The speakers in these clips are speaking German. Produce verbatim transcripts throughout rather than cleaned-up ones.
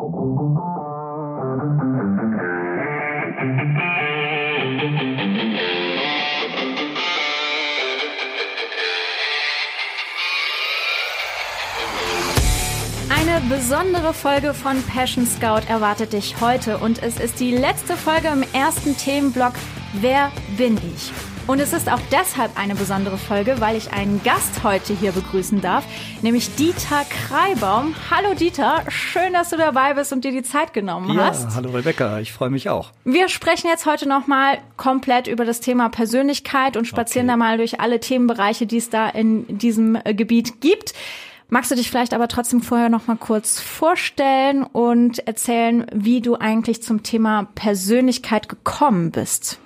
Eine besondere Folge von Passion Scout erwartet dich heute und es ist die letzte Folge im ersten Themenblock Wer bin ich? Und es ist auch deshalb eine besondere Folge, weil ich einen Gast heute hier begrüßen darf, nämlich Dieter Kraibaum. Hallo Dieter, schön, dass du dabei bist und dir die Zeit genommen ja, hast. Ja, hallo Rebecca, ich freue mich auch. Wir sprechen jetzt heute nochmal komplett über das Thema Persönlichkeit und spazieren okay. da mal durch alle Themenbereiche, die es da in diesem äh, Gebiet gibt. Magst du dich vielleicht aber trotzdem vorher noch mal kurz vorstellen und erzählen, wie du eigentlich zum Thema Persönlichkeit gekommen bist?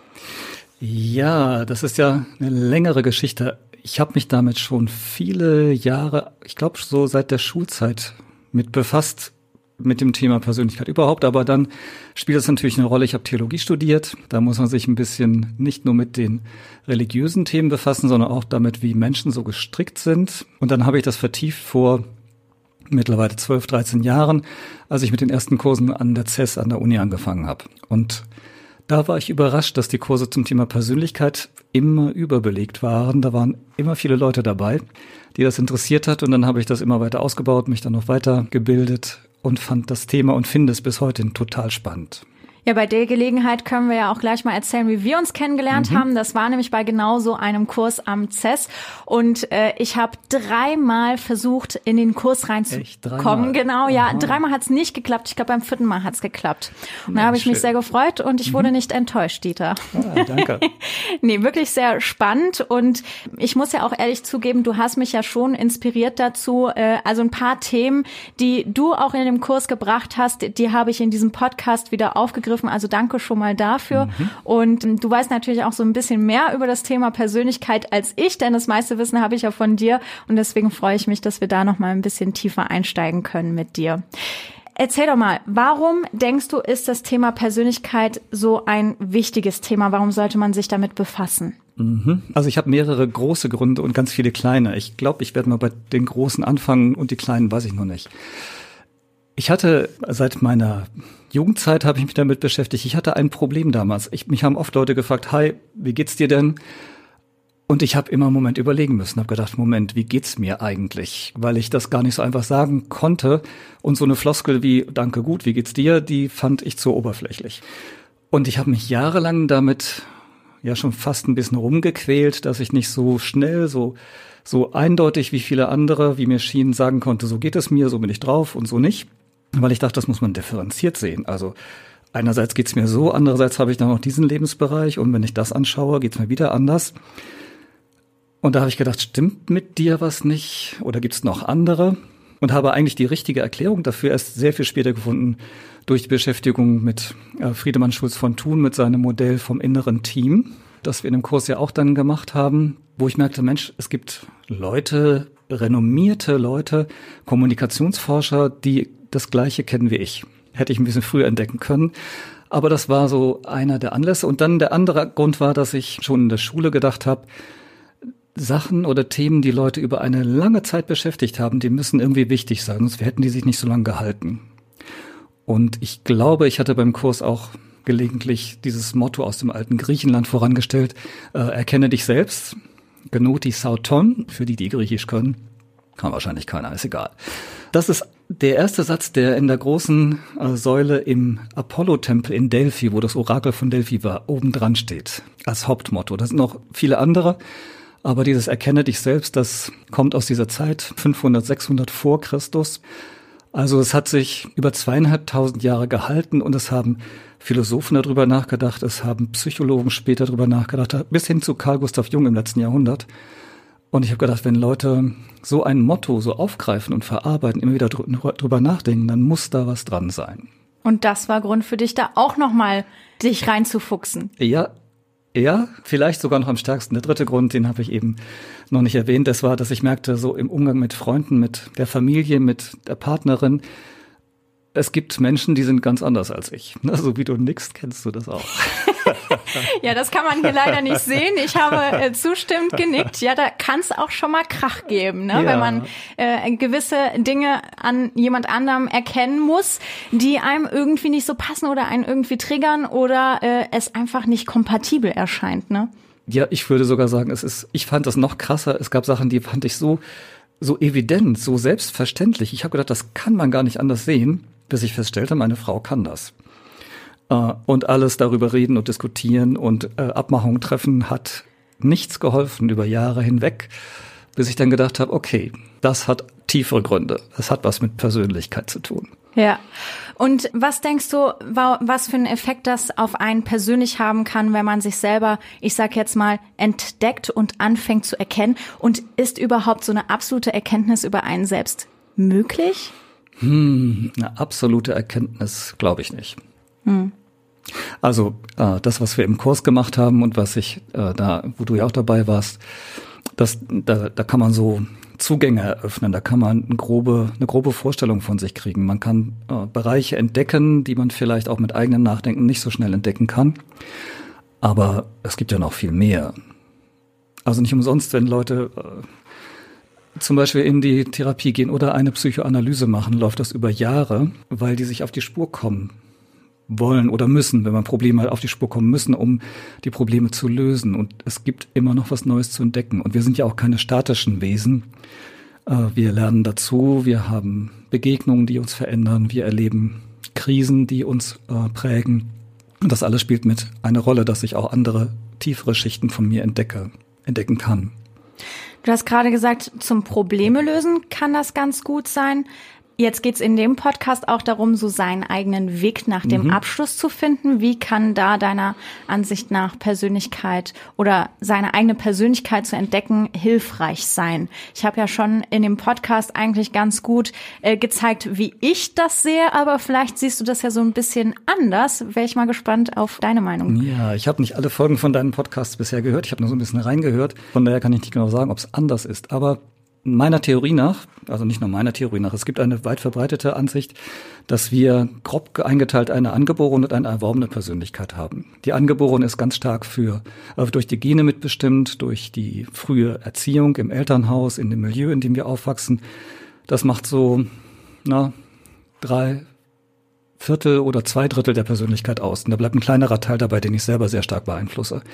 Ja, das ist ja eine längere Geschichte. Ich habe mich damit schon viele Jahre, ich glaube so seit der Schulzeit mit befasst, mit dem Thema Persönlichkeit überhaupt. Aber dann spielt es natürlich eine Rolle. Ich habe Theologie studiert. Da muss man sich ein bisschen nicht nur mit den religiösen Themen befassen, sondern auch damit, wie Menschen so gestrickt sind. Und dann habe ich das vertieft vor mittlerweile zwölf, dreizehn Jahren, als ich mit den ersten Kursen an der C E S an der Uni angefangen habe. Und da war ich überrascht, dass die Kurse zum Thema Persönlichkeit immer überbelegt waren. Da waren immer viele Leute dabei, die das interessiert hat. Und dann habe ich das immer weiter ausgebaut, mich dann noch weitergebildet und fand das Thema und finde es bis heute total spannend. Ja, bei der Gelegenheit können wir ja auch gleich mal erzählen, wie wir uns kennengelernt mhm. haben. Das war nämlich bei genau so einem Kurs am C E S. Und äh, ich habe dreimal versucht, in den Kurs reinzukommen. Genau, ja. Aha. Dreimal hat es nicht geklappt. Ich glaube, beim vierten Mal hat es geklappt. Und ja, da habe ich mich sehr gefreut und ich mhm. wurde nicht enttäuscht, Dieter. Ja, danke. Nee, wirklich sehr spannend. Und ich muss ja auch ehrlich zugeben, du hast mich ja schon inspiriert dazu. Äh, also ein paar Themen, die du auch in dem Kurs gebracht hast, die habe ich in diesem Podcast wieder aufgegriffen. Also danke schon mal dafür. Mhm. Und du weißt natürlich auch so ein bisschen mehr über das Thema Persönlichkeit als ich, denn das meiste Wissen habe ich ja von dir. Und deswegen freue ich mich, dass wir da noch mal ein bisschen tiefer einsteigen können mit dir. Erzähl doch mal, warum denkst du, ist das Thema Persönlichkeit so ein wichtiges Thema? Warum sollte man sich damit befassen? Mhm. Also ich habe mehrere große Gründe und ganz viele kleine. Ich glaube, ich werde mal bei den großen anfangen und die kleinen weiß ich noch nicht. Ich hatte seit meiner Jugendzeit habe ich mich damit beschäftigt. Ich hatte ein Problem damals. Ich, mich haben oft Leute gefragt, hi, wie geht's dir denn? Und ich habe immer einen Moment überlegen müssen, habe gedacht, Moment, wie geht's mir eigentlich? Weil ich das gar nicht so einfach sagen konnte. Und so eine Floskel wie, danke gut, wie geht's dir? Die fand ich zu oberflächlich. Und ich habe mich jahrelang damit ja schon fast ein bisschen rumgequält, dass ich nicht so schnell, so so eindeutig wie viele andere, wie mir schien, sagen konnte, so geht es mir, so bin ich drauf und so nicht. Weil ich dachte, das muss man differenziert sehen. Also einerseits geht's mir so, andererseits habe ich dann noch diesen Lebensbereich und wenn ich das anschaue, geht's mir wieder anders. Und da habe ich gedacht, stimmt mit dir was nicht oder gibt's noch andere? Und habe eigentlich die richtige Erklärung dafür erst sehr viel später gefunden durch die Beschäftigung mit äh, Friedemann Schulz von Thun mit seinem Modell vom inneren Team, das wir in dem Kurs ja auch dann gemacht haben, wo ich merkte, Mensch, es gibt Leute, renommierte Leute, Kommunikationsforscher, die das Gleiche kennen wie ich. Hätte ich ein bisschen früher entdecken können. Aber das war so einer der Anlässe. Und dann der andere Grund war, dass ich schon in der Schule gedacht habe, Sachen oder Themen, die Leute über eine lange Zeit beschäftigt haben, die müssen irgendwie wichtig sein, sonst hätten die sich nicht so lange gehalten. Und ich glaube, ich hatte beim Kurs auch gelegentlich dieses Motto aus dem alten Griechenland vorangestellt, äh, erkenne dich selbst, genoti sauton, für die, die Griechisch können, kann wahrscheinlich keiner, ist egal. Das ist der erste Satz, der in der großen äh, Säule im Apollo-Tempel in Delphi, wo das Orakel von Delphi war, oben dran steht, als Hauptmotto. Das sind noch viele andere, aber dieses erkenne dich selbst, das kommt aus dieser Zeit, fünfhundert, sechshundert vor Christus. Also es hat sich über zweieinhalbtausend Jahre gehalten und es haben Philosophen darüber nachgedacht, es haben Psychologen später darüber nachgedacht, bis hin zu Carl Gustav Jung im letzten Jahrhundert. Und ich habe gedacht, wenn Leute so ein Motto so aufgreifen und verarbeiten, immer wieder drüber nachdenken, dann muss da was dran sein. Und das war Grund für dich, da auch nochmal dich reinzufuchsen. Ja, ja, vielleicht sogar noch am stärksten. Der dritte Grund, den habe ich eben noch nicht erwähnt, das war, dass ich merkte, so im Umgang mit Freunden, mit der Familie, mit der Partnerin, es gibt Menschen, die sind ganz anders als ich. So wie du nix, kennst du das auch. Ja, das kann man hier leider nicht sehen. Ich habe äh, zustimmend genickt. Ja, da kann es auch schon mal Krach geben, ne? Ja. Wenn man äh, gewisse Dinge an jemand anderem erkennen muss, die einem irgendwie nicht so passen oder einen irgendwie triggern oder äh, es einfach nicht kompatibel erscheint, ne? Ja, ich würde sogar sagen, es ist, ich fand das noch krasser. Es gab Sachen, die fand ich so, so evident, so selbstverständlich. Ich habe gedacht, das kann man gar nicht anders sehen, bis ich feststellte, meine Frau kann das. Äh, und alles darüber reden und diskutieren und äh, Abmachungen treffen hat nichts geholfen über Jahre hinweg, bis ich dann gedacht habe, okay, das hat tiefere Gründe. Das hat was mit Persönlichkeit zu tun. Ja. Und was denkst du, was für einen Effekt das auf einen persönlich haben kann, wenn man sich selber, ich sag jetzt mal, entdeckt und anfängt zu erkennen? Und ist überhaupt so eine absolute Erkenntnis über einen selbst möglich? Hm, eine absolute Erkenntnis glaube ich nicht. Hm. Also äh, das, was wir im Kurs gemacht haben und was ich äh, da, wo du ja auch dabei warst, das, da, da kann man so Zugänge eröffnen, da kann man eine grobe, eine grobe Vorstellung von sich kriegen. Man kann äh, Bereiche entdecken, die man vielleicht auch mit eigenem Nachdenken nicht so schnell entdecken kann. Aber es gibt ja noch viel mehr. Also nicht umsonst, wenn Leute äh, zum Beispiel in die Therapie gehen oder eine Psychoanalyse machen, läuft das über Jahre, weil die sich auf die Spur kommen wollen oder müssen, wenn man Probleme hat, auf die Spur kommen müssen, um die Probleme zu lösen. Und es gibt immer noch was Neues zu entdecken. Und wir sind ja auch keine statischen Wesen. Wir lernen dazu, wir haben Begegnungen, die uns verändern, wir erleben Krisen, die uns prägen. Und das alles spielt mit eine Rolle, dass ich auch andere, tiefere Schichten von mir entdecke, entdecken kann. Du hast gerade gesagt, zum Probleme lösen kann das ganz gut sein. Jetzt geht's in dem Podcast auch darum, so seinen eigenen Weg nach dem mhm. Abschluss zu finden. Wie kann da deiner Ansicht nach Persönlichkeit oder seine eigene Persönlichkeit zu entdecken hilfreich sein? Ich habe ja schon in dem Podcast eigentlich ganz gut äh, gezeigt, wie ich das sehe, aber vielleicht siehst du das ja so ein bisschen anders. Wäre ich mal gespannt auf deine Meinung. Ja, ich habe nicht alle Folgen von deinen Podcasts bisher gehört. Ich habe nur so ein bisschen reingehört. Von daher kann ich nicht genau sagen, ob es anders ist. Aber meiner Theorie nach, also nicht nur meiner Theorie nach, es gibt eine weit verbreitete Ansicht, dass wir grob eingeteilt eine angeborene und eine erworbene Persönlichkeit haben. Die angeborene ist ganz stark für äh, durch die Gene mitbestimmt, durch die frühe Erziehung im Elternhaus, in dem Milieu, in dem wir aufwachsen. Das macht so na drei Viertel oder zwei Drittel der Persönlichkeit aus. Und da bleibt ein kleinerer Teil dabei, den ich selber sehr stark beeinflusse.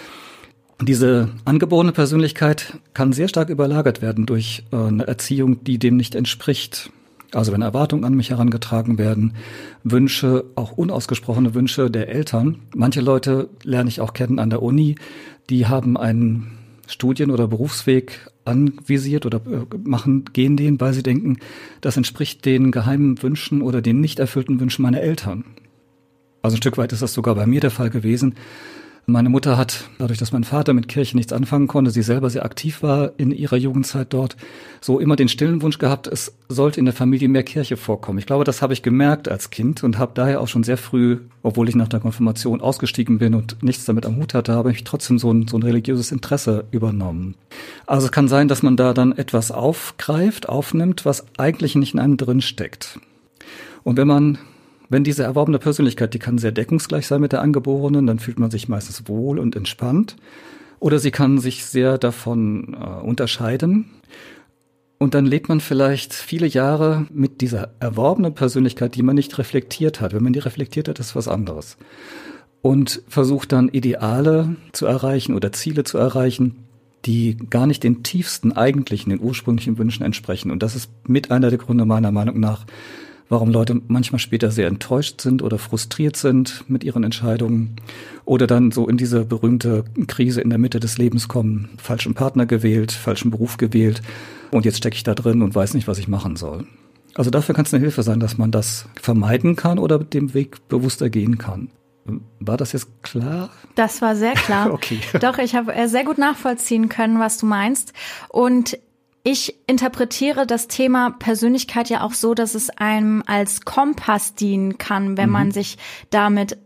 Diese angeborene Persönlichkeit kann sehr stark überlagert werden durch äh, eine Erziehung, die dem nicht entspricht. Also wenn Erwartungen an mich herangetragen werden, Wünsche, auch unausgesprochene Wünsche der Eltern. Manche Leute lerne ich auch kennen an der Uni, die haben einen Studien- oder Berufsweg anvisiert oder äh, machen, gehen den, weil sie denken, das entspricht den geheimen Wünschen oder den nicht erfüllten Wünschen meiner Eltern. Also ein Stück weit ist das sogar bei mir der Fall gewesen. Meine Mutter hat, dadurch, dass mein Vater mit Kirche nichts anfangen konnte, sie selber sehr aktiv war in ihrer Jugendzeit dort, so immer den stillen Wunsch gehabt, es sollte in der Familie mehr Kirche vorkommen. Ich glaube, das habe ich gemerkt als Kind und habe daher auch schon sehr früh, obwohl ich nach der Konfirmation ausgestiegen bin und nichts damit am Hut hatte, habe ich trotzdem so ein, so ein religiöses Interesse übernommen. Also es kann sein, dass man da dann etwas aufgreift, aufnimmt, was eigentlich nicht in einem drin steckt. Und wenn man Wenn diese erworbene Persönlichkeit, die kann sehr deckungsgleich sein mit der angeborenen, dann fühlt man sich meistens wohl und entspannt. Oder sie kann sich sehr davon äh, unterscheiden. Und dann lebt man vielleicht viele Jahre mit dieser erworbenen Persönlichkeit, die man nicht reflektiert hat. Wenn man die reflektiert hat, ist was anderes. Und versucht dann Ideale zu erreichen oder Ziele zu erreichen, die gar nicht den tiefsten eigentlichen, den ursprünglichen Wünschen entsprechen. Und das ist mit einer der Gründe meiner Meinung nach, warum Leute manchmal später sehr enttäuscht sind oder frustriert sind mit ihren Entscheidungen oder dann so in diese berühmte Krise in der Mitte des Lebens kommen, falschen Partner gewählt, falschen Beruf gewählt und jetzt stecke ich da drin und weiß nicht, was ich machen soll. Also dafür kann es eine Hilfe sein, dass man das vermeiden kann oder dem Weg bewusster gehen kann. War das jetzt klar? Das war sehr klar. Okay. Doch, ich habe sehr gut nachvollziehen können, was du meinst. Und ich interpretiere das Thema Persönlichkeit ja auch so, dass es einem als Kompass dienen kann, wenn mhm. man sich damit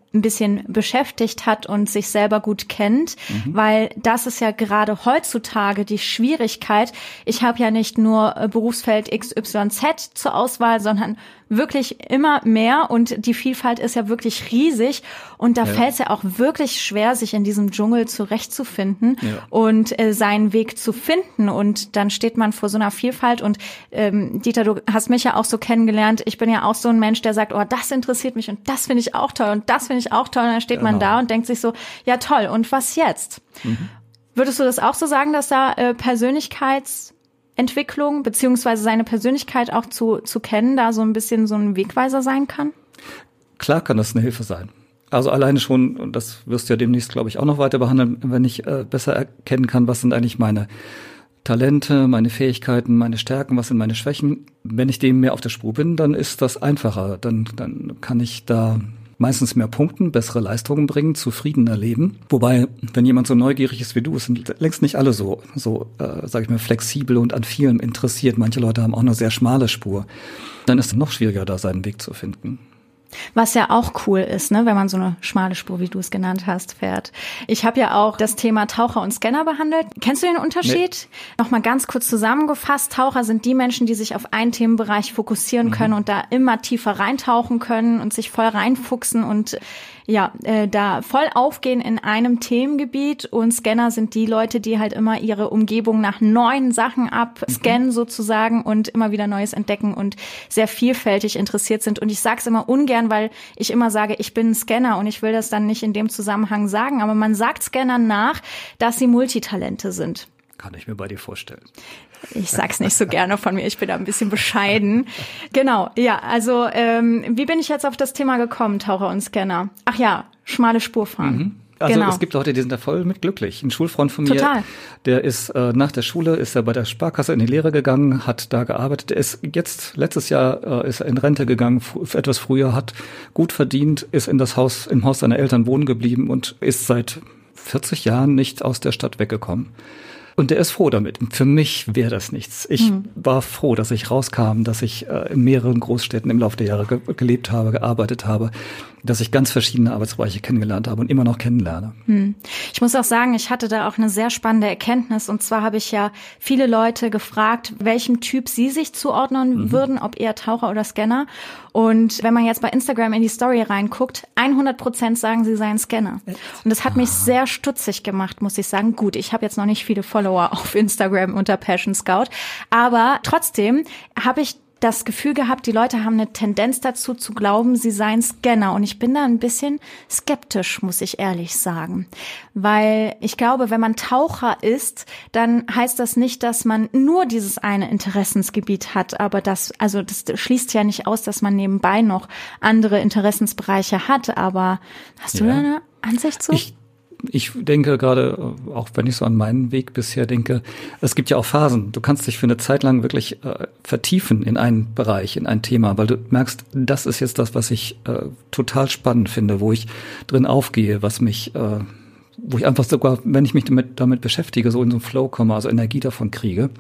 ein bisschen beschäftigt hat und sich selber gut kennt, mhm. weil das ist ja gerade heutzutage die Schwierigkeit. Ich habe ja nicht nur Berufsfeld X Y Z zur Auswahl, sondern wirklich immer mehr und die Vielfalt ist ja wirklich riesig und da ja. fällt es ja auch wirklich schwer, sich in diesem Dschungel zurechtzufinden ja. und äh, seinen Weg zu finden und dann steht man vor so einer Vielfalt und ähm, Dieter, du hast mich ja auch so kennengelernt, ich bin ja auch so ein Mensch, der sagt, oh, das interessiert mich und das finde ich auch toll und das finde ich auch toll und dann steht genau. man da und denkt sich so, ja toll, und was jetzt? Mhm. Würdest du das auch so sagen, dass da äh, Persönlichkeits Entwicklung beziehungsweise seine Persönlichkeit auch zu zu kennen, da so ein bisschen so ein Wegweiser sein kann? Klar kann das eine Hilfe sein. Also alleine schon, und das wirst du ja demnächst, glaube ich, auch noch weiter behandeln, wenn ich äh, besser erkennen kann, was sind eigentlich meine Talente, meine Fähigkeiten, meine Stärken, was sind meine Schwächen. Wenn ich dem mehr auf der Spur bin, dann ist das einfacher. Dann, dann kann ich da meistens mehr punkten, bessere Leistungen bringen, zufriedener leben. Wobei, wenn jemand so neugierig ist wie du, sind längst nicht alle so, so, äh, sag ich mal, flexibel und an vielem interessiert. Manche Leute haben auch eine sehr schmale Spur. Dann ist es noch schwieriger, da seinen Weg zu finden. Was ja auch cool ist, ne, wenn man so eine schmale Spur, wie du es genannt hast, fährt. Ich habe ja auch das Thema Taucher und Scanner behandelt. Kennst du den Unterschied? Nee. Nochmal ganz kurz zusammengefasst. Taucher sind die Menschen, die sich auf einen Themenbereich fokussieren mhm. können und da immer tiefer reintauchen können und sich voll reinfuchsen und ja, äh, da voll aufgehen in einem Themengebiet. Und Scanner sind die Leute, die halt immer ihre Umgebung nach neuen Sachen abscannen mhm. sozusagen und immer wieder Neues entdecken und sehr vielfältig interessiert sind. Und ich sage es immer ungern, weil ich immer sage, ich bin ein Scanner und ich will das dann nicht in dem Zusammenhang sagen. Aber man sagt Scannern nach, dass sie Multitalente sind. Kann ich mir bei dir vorstellen. Ich sag's nicht so gerne von mir, ich bin da ein bisschen bescheiden. Genau, ja, also ähm, wie bin ich jetzt auf das Thema gekommen, Taucher und Scanner? Ach ja, schmale Spur fahren. Mhm. Also genau. Es gibt Leute, die sind da voll mit glücklich. Ein Schulfreund von mir, Total. der ist äh, nach der Schule, ist er bei der Sparkasse in die Lehre gegangen, hat da gearbeitet. Der ist jetzt, letztes Jahr äh, ist er in Rente gegangen, f- etwas früher, hat gut verdient, ist in das Haus, im Haus seiner Eltern wohnen geblieben und ist seit vierzig Jahren nicht aus der Stadt weggekommen. Und der ist froh damit. Für mich wäre das nichts. Ich hm. war froh, dass ich rauskam, dass ich äh, in mehreren Großstädten im Laufe der Jahre ge- gelebt habe, gearbeitet habe, dass ich ganz verschiedene Arbeitsbereiche kennengelernt habe und immer noch kennenlerne. Hm. Ich muss auch sagen, ich hatte da auch eine sehr spannende Erkenntnis. Und zwar habe ich ja viele Leute gefragt, welchem Typ sie sich zuordnen mhm. würden, ob eher Taucher oder Scanner. Und wenn man jetzt bei Instagram in die Story reinguckt, hundert Prozent sagen, sie seien Scanner. Und das hat mich sehr stutzig gemacht, muss ich sagen. Gut, ich habe jetzt noch nicht viele Follower auf Instagram unter Passion Scout. Aber trotzdem habe ich das Gefühl gehabt, die Leute haben eine Tendenz dazu zu glauben, sie seien Scanner. Und ich bin da ein bisschen skeptisch, muss ich ehrlich sagen. Weil ich glaube, wenn man Taucher ist, dann heißt das nicht, dass man nur dieses eine Interessensgebiet hat. Aber das, also das schließt ja nicht aus, dass man nebenbei noch andere Interessensbereiche hat. Aber hast du ja. da eine Ansicht zu? Ich Ich denke gerade, auch wenn ich so an meinen Weg bisher denke, es gibt ja auch Phasen. Du kannst dich für eine Zeit lang wirklich äh, vertiefen in einen Bereich, in ein Thema, weil du merkst, das ist jetzt das, was ich äh, total spannend finde, wo ich drin aufgehe, was mich, äh, wo ich einfach sogar, wenn ich mich damit, damit beschäftige, so in so einen Flow komme, also Energie davon kriege.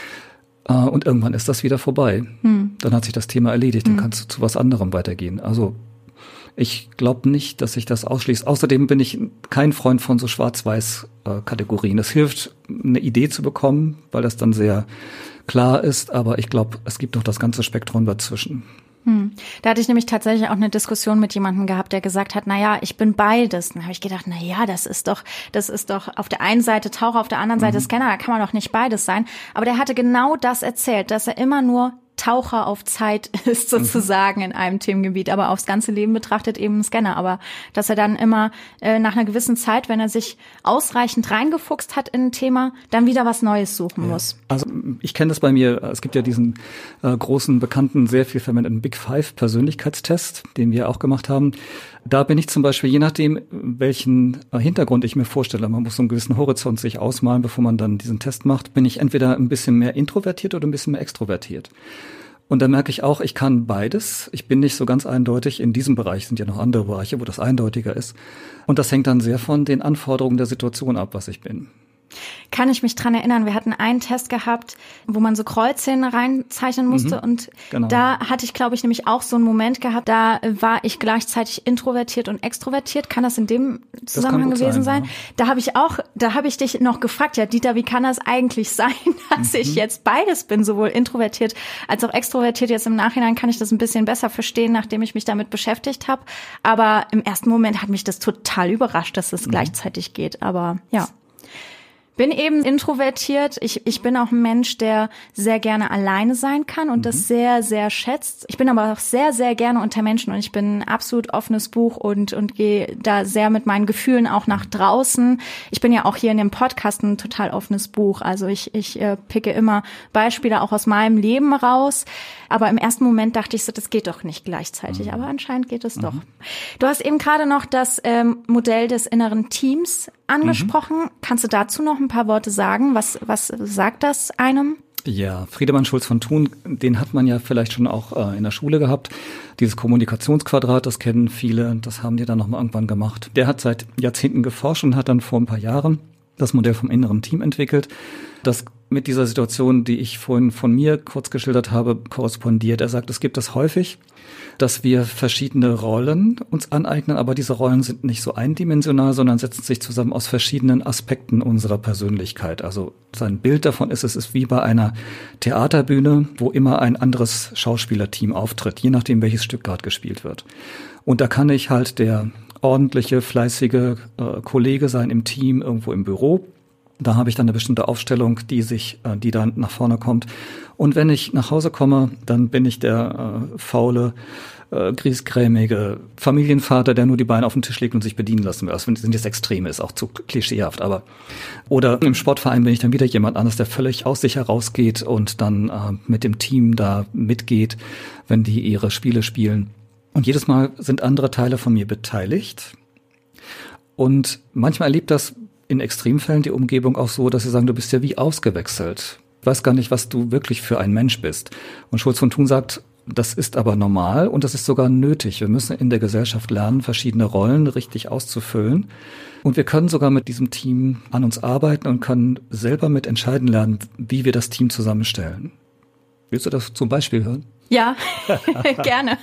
Äh, und irgendwann ist das wieder vorbei. Hm. Dann hat sich das Thema erledigt, dann hm. kannst du zu was anderem weitergehen. Also ich glaube nicht, dass sich das ausschließt. Außerdem bin ich kein Freund von so Schwarz-Weiß-Kategorien. Es hilft, eine Idee zu bekommen, weil das dann sehr klar ist. Aber ich glaube, es gibt noch das ganze Spektrum dazwischen. Hm. Da hatte ich nämlich tatsächlich auch eine Diskussion mit jemandem gehabt, der gesagt hat, na ja, ich bin beides. Dann habe ich gedacht, na ja, das ist doch, das ist doch auf der einen Seite Taucher, auf der anderen Seite mhm. Scanner. Da kann man doch nicht beides sein. Aber der hatte genau das erzählt, dass er immer nur Taucher auf Zeit ist sozusagen mhm. in einem Themengebiet, aber aufs ganze Leben betrachtet eben ein Scanner. Aber dass er dann immer äh, nach einer gewissen Zeit, wenn er sich ausreichend reingefuchst hat in ein Thema, dann wieder was Neues suchen ja. muss. Also ich kenne das bei mir, es gibt ja diesen äh, großen, bekannten, sehr viel verwendeten Big Five Persönlichkeitstest, den wir auch gemacht haben. Da bin ich zum Beispiel, je nachdem, welchen äh, Hintergrund ich mir vorstelle, man muss so einen gewissen Horizont sich ausmalen, bevor man dann diesen Test macht, bin ich entweder ein bisschen mehr introvertiert oder ein bisschen mehr extrovertiert. Und da merke ich auch, ich kann beides. Ich bin nicht so ganz eindeutig. In diesem Bereich sind ja noch andere Bereiche, wo das eindeutiger ist. Und das hängt dann sehr von den Anforderungen der Situation ab, was ich bin. Kann ich mich dran erinnern, wir hatten einen Test gehabt, wo man so Kreuzchen reinzeichnen musste mhm, und genau. Da hatte ich, glaube ich, nämlich auch so einen Moment gehabt, da war ich gleichzeitig introvertiert und extrovertiert. Kann das in dem Zusammenhang gewesen sein? sein? Ja. Da habe ich auch, da habe ich dich noch gefragt, ja Dieter, wie kann das eigentlich sein, dass mhm. ich jetzt beides bin, sowohl introvertiert als auch extrovertiert. Jetzt im Nachhinein kann ich das ein bisschen besser verstehen, nachdem ich mich damit beschäftigt habe. Aber im ersten Moment hat mich das total überrascht, dass es mhm. gleichzeitig geht. Aber ja. Bin eben introvertiert. Ich, ich bin auch ein Mensch, der sehr gerne alleine sein kann und mhm. das sehr, sehr schätzt. Ich bin aber auch sehr, sehr gerne unter Menschen und ich bin ein absolut offenes Buch und, und gehe da sehr mit meinen Gefühlen auch nach draußen. Ich bin ja auch hier in dem Podcast ein total offenes Buch. Also ich, ich äh, picke immer Beispiele auch aus meinem Leben raus. Aber im ersten Moment dachte ich so, das geht doch nicht gleichzeitig. Mhm. Aber anscheinend geht es mhm. doch. Du hast eben gerade noch das ähm, Modell des inneren Teams angesprochen. Mhm. Kannst du dazu noch ein paar Worte sagen? Was, was sagt das einem? Ja, Friedemann Schulz von Thun, den hat man ja vielleicht schon auch äh, in der Schule gehabt. Dieses Kommunikationsquadrat, das kennen viele, das haben die dann nochmal irgendwann gemacht. Der hat seit Jahrzehnten geforscht und hat dann vor ein paar Jahren das Modell vom inneren Team entwickelt, das mit dieser Situation, die ich vorhin von mir kurz geschildert habe, korrespondiert. Er sagt, es gibt das häufig, dass wir verschiedene Rollen uns aneignen, aber diese Rollen sind nicht so eindimensional, sondern setzen sich zusammen aus verschiedenen Aspekten unserer Persönlichkeit. Also sein Bild davon ist, es ist wie bei einer Theaterbühne, wo immer ein anderes Schauspielerteam auftritt, je nachdem, welches Stück gerade gespielt wird. Und da kann ich halt der ordentliche, fleißige äh, Kollege sein im Team, irgendwo im Büro. Da habe ich dann eine bestimmte Aufstellung, die sich, äh, die dann nach vorne kommt. Und wenn ich nach Hause komme, dann bin ich der äh, faule, äh, griesgrämige Familienvater, der nur die Beine auf den Tisch legt und sich bedienen lassen will. Das sind jetzt Extreme, ist auch zu klischeehaft, aber oder im Sportverein bin ich dann wieder jemand anderes, der völlig aus sich herausgeht und dann äh, mit dem Team da mitgeht, wenn die ihre Spiele spielen. Und jedes Mal sind andere Teile von mir beteiligt. Und manchmal erlebt das in Extremfällen die Umgebung auch so, dass sie sagen, du bist ja wie ausgewechselt. Ich weiß gar nicht, was du wirklich für ein Mensch bist. Und Schulz von Thun sagt, das ist aber normal und das ist sogar nötig. Wir müssen in der Gesellschaft lernen, verschiedene Rollen richtig auszufüllen. Und wir können sogar mit diesem Team an uns arbeiten und können selber mit entscheiden lernen, wie wir das Team zusammenstellen. Willst du das zum Beispiel hören? Ja, gerne.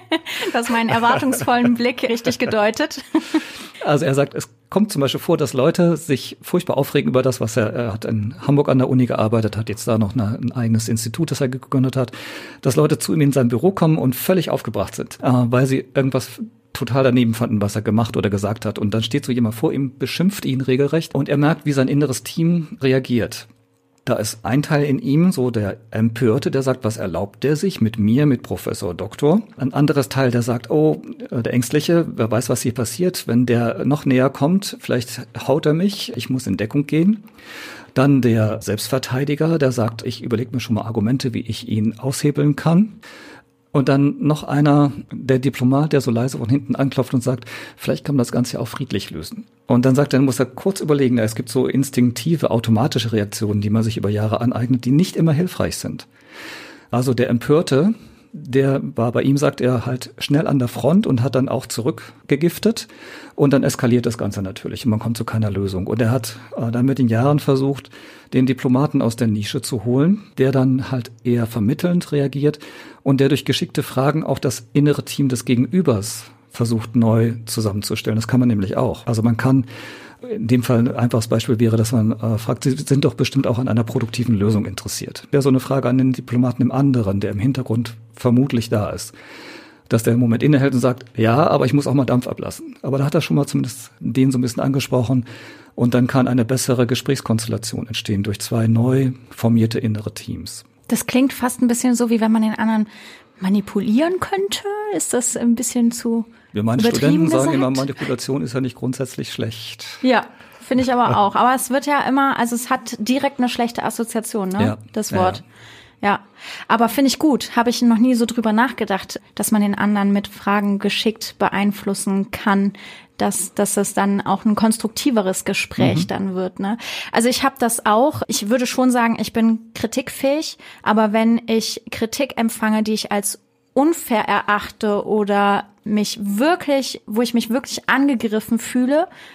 Du hast meinen erwartungsvollen Blick richtig gedeutet. Also er sagt, es kommt zum Beispiel vor, dass Leute sich furchtbar aufregen über das, was er, er hat in Hamburg an der Uni gearbeitet, hat jetzt da noch eine, ein eigenes Institut, das er gegründet hat, dass Leute zu ihm in sein Büro kommen und völlig aufgebracht sind, äh, weil sie irgendwas total daneben fanden, was er gemacht oder gesagt hat. Und dann steht so jemand vor ihm, beschimpft ihn regelrecht und er merkt, wie sein inneres Team reagiert. Da ist ein Teil in ihm, so der Empörte, der sagt, was erlaubt der sich mit mir, mit Professor Doktor? Ein anderes Teil, der sagt, oh, der Ängstliche, wer weiß, was hier passiert. Wenn der noch näher kommt, vielleicht haut er mich, ich muss in Deckung gehen. Dann der Selbstverteidiger, der sagt, ich überlege mir schon mal Argumente, wie ich ihn aushebeln kann. Und dann noch einer, der Diplomat, der so leise von hinten anklopft und sagt, vielleicht kann man das Ganze ja auch friedlich lösen. Und dann sagt er, dann muss er kurz überlegen, es gibt so instinktive, automatische Reaktionen, die man sich über Jahre aneignet, die nicht immer hilfreich sind. Also der Empörte, der war bei ihm, sagt er, halt schnell an der Front und hat dann auch zurückgegiftet. Und dann eskaliert das Ganze natürlich und man kommt zu keiner Lösung. Und er hat äh, dann mit den Jahren versucht, den Diplomaten aus der Nische zu holen, der dann halt eher vermittelnd reagiert und der durch geschickte Fragen auch das innere Team des Gegenübers versucht neu zusammenzustellen. Das kann man nämlich auch. Also man kann, in dem Fall ein einfaches Beispiel wäre, dass man äh, fragt, Sie sind doch bestimmt auch an einer produktiven Lösung interessiert. Wäre so eine Frage an den Diplomaten im anderen, der im Hintergrund vermutlich da ist. Dass der im Moment innehält und sagt, ja, aber ich muss auch mal Dampf ablassen. Aber da hat er schon mal zumindest den so ein bisschen angesprochen. Und dann kann eine bessere Gesprächskonstellation entstehen durch zwei neu formierte innere Teams. Das klingt fast ein bisschen so, wie wenn man den anderen manipulieren könnte. Ist das ein bisschen zu Wir meine Studenten sagen immer, Manipulation ist ja nicht grundsätzlich schlecht. Ja, finde ich aber auch. Aber es wird ja immer, also es hat direkt eine schlechte Assoziation, ne? Ja, das Wort. Ja. Ja, aber finde ich gut. Habe ich noch nie so drüber nachgedacht, dass man den anderen mit Fragen geschickt beeinflussen kann, dass dass es dann auch ein konstruktiveres Gespräch mhm. dann wird. Ne? Also ich habe das auch. Ich würde schon sagen, ich bin kritikfähig, aber wenn ich Kritik empfange, die ich als unfair erachte oder mich wirklich, wo ich mich wirklich angegriffen fühle,